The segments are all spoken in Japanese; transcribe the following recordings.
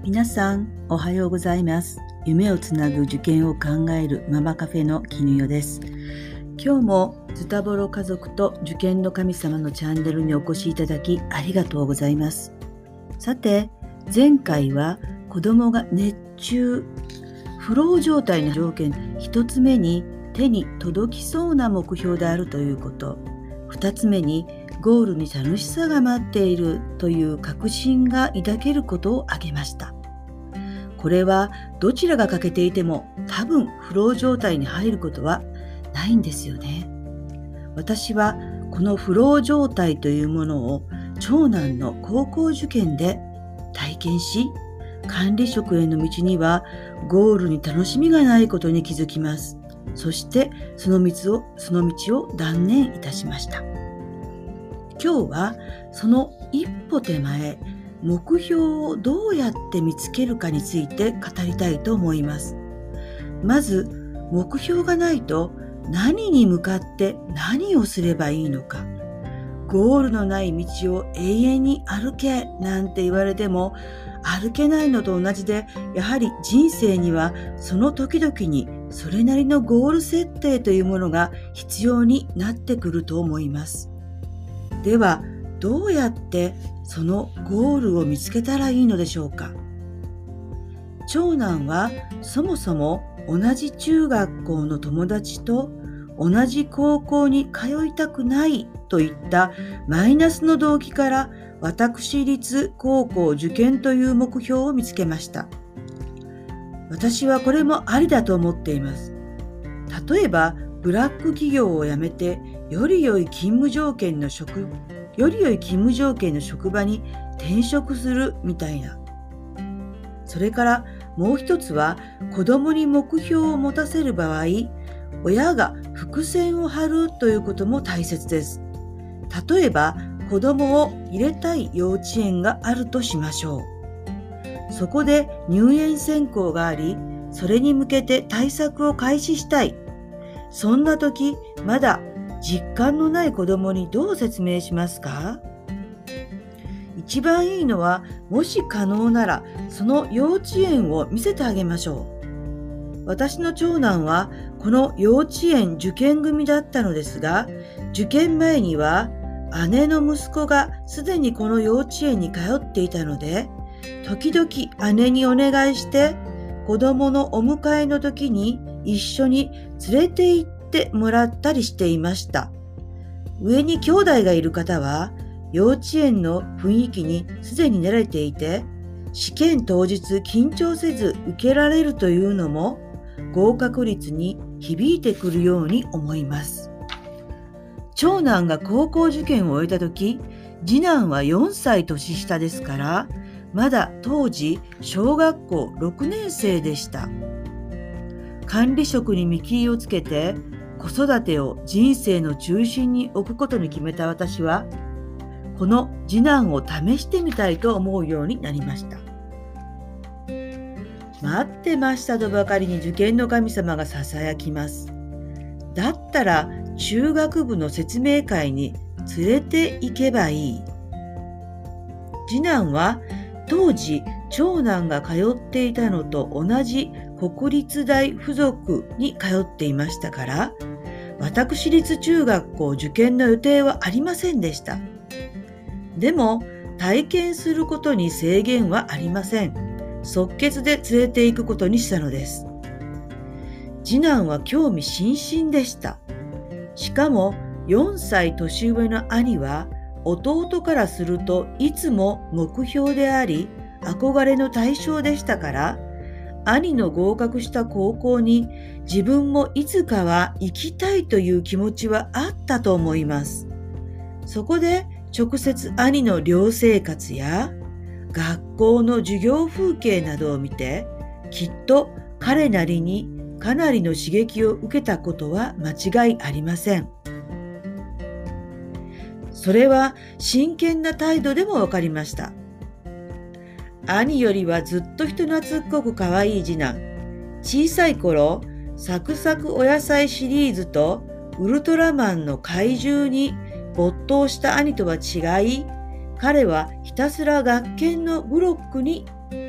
皆さんおはようございます。夢をつなぐ受験を考えるママカフェの絹代です。今日もズタボロ家族と受験の神様のチャンネルにお越しいただきありがとうございます。さて、前回は子供が熱中フロー状態の条件1つ目に手に届きそうな目標であるということ、2つ目にゴールに楽しさが待っているという確信が抱けることを挙げました。これはどちらが欠けていても多分フロー状態に入ることはないんですよね。私はこのフロー状態というものを長男の高校受験で体験し、管理職への道にはゴールに楽しみがないことに気づきます。そしてその道を断念いたしました。今日はその一歩手前、目標をどうやって見つけるかについて語りたいと思います。まず、目標がないと何に向かって何をすればいいのか。ゴールのない道を永遠に歩けなんて言われても歩けないのと同じで、やはり人生にはその時々にそれなりのゴール設定というものが必要になってくると思います。では、どうやってそのゴールを見つけたらいいのでしょうか。長男はそもそも同じ中学校の友達と同じ高校に通いたくないといったマイナスの動機から私立高校受験という目標を見つけました。私はこれもありだと思っています。例えばブラック企業を辞めてより良い勤務条件の職場に転職するみたいな。それからもう一つは子供に目標を持たせる場合、親が伏線を張るということも大切です。例えば子供を入れたい幼稚園があるとしましょう。そこで入園選考があり、それに向けて対策を開始したい。そんな時、まだ実感のない子供にどう説明しますか？一番いいのは、もし可能ならその幼稚園を見せてあげましょう。私の長男はこの幼稚園受験組だったのですが、受験前には姉の息子がすでにこの幼稚園に通っていたので、時々姉にお願いして子供のお迎えの時に一緒に連れて行ってもらったりしていました。上に兄弟がいる方は幼稚園の雰囲気にすでに慣れていて、試験当日緊張せず受けられるというのも合格率に響いてくるように思います。長男が高校受験を終えた時、次男は4歳年下ですから、まだ当時小学校6年生でした。管理職に見切りをつけて子育てを人生の中心に置くことに決めた私は、この次男を試してみたいと思うようになりました。待ってましたとばかりに受験の神様がささやきます。だったら中学部の説明会に連れて行けばいい。次男は当時長男が通っていたのと同じ国立大附属に通っていましたから、私立中学校受験の予定はありませんでした。でも体験することに制限はありません。即決で連れて行くことにしたのです。次男は興味津々でした。しかも4歳年上の兄は弟からするといつも目標であり憧れの対象でしたから、兄の合格した高校に自分もいつかは行きたいという気持ちはあったと思います。そこで直接兄の寮生活や学校の授業風景などを見て、きっと彼なりにかなりの刺激を受けたことは間違いありません。それは真剣な態度でもわかりました。兄よりはずっと人懐っこく可愛い次男。小さい頃、サクサクお野菜シリーズとウルトラマンの怪獣に没頭した兄とは違い、彼はひたすら学研のブロックに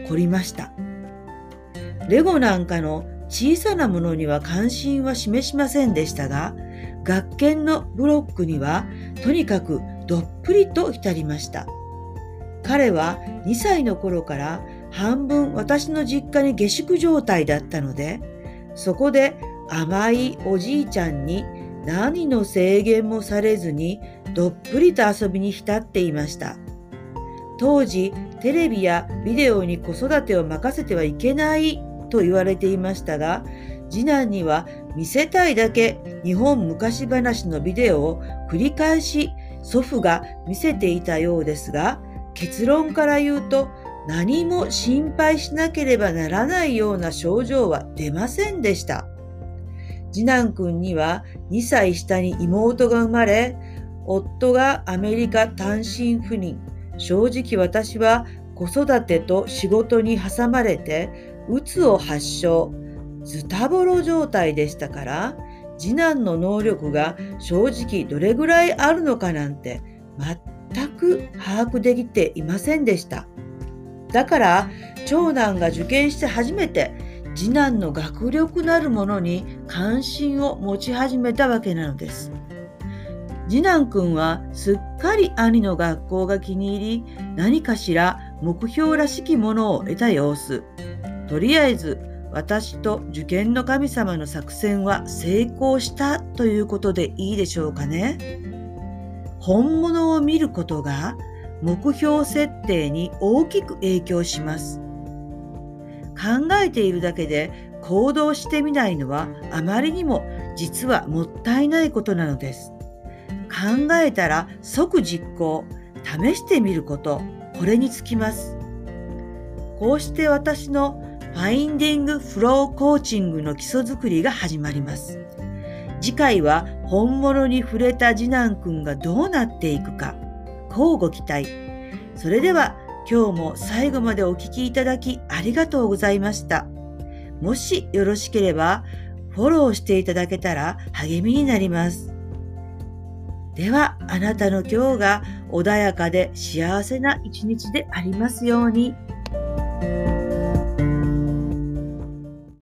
凝りました。レゴなんかの小さなものには関心は示しませんでしたが、学研のブロックにはとにかくどっぷりと浸りました。彼は2歳の頃から半分私の実家に下宿状態だったので、そこで甘いおじいちゃんに何の制限もされずにどっぷりと遊びに浸っていました。当時テレビやビデオに子育てを任せてはいけないと言われていましたが、次男には見せたいだけ日本昔話のビデオを繰り返し祖父が見せていたようですが、結論から言うと何も心配しなければならないような症状は出ませんでした。次男くんには2歳下に妹が生まれ、夫がアメリカ単身赴任。正直私は子育てと仕事に挟まれてうつを発症、ズタボロ状態でしたから、次男の能力が正直どれぐらいあるのかなんて全く把握できていませんでした。だから長男が受験して初めて次男の学力なるものに関心を持ち始めたわけなのです。次男くんはすっかり兄の学校が気に入り、何かしら目標らしきものを得た様子。とりあえず私と受験の神様の作戦は成功したということでいいでしょうかね。本物を見ることが目標設定に大きく影響します。考えているだけで行動してみないのはあまりにも実はもったいないことなのです。考えたら即実行、試してみること、これにつきます。こうして私のファインディングフローコーチングの基礎作りが始まります。次回は本物に触れた次男くんがどうなっていくか、乞うご期待。それでは今日も最後までお聞きいただきありがとうございました。もしよろしければフォローしていただけたら励みになります。ではあなたの今日が穏やかで幸せな一日でありますように。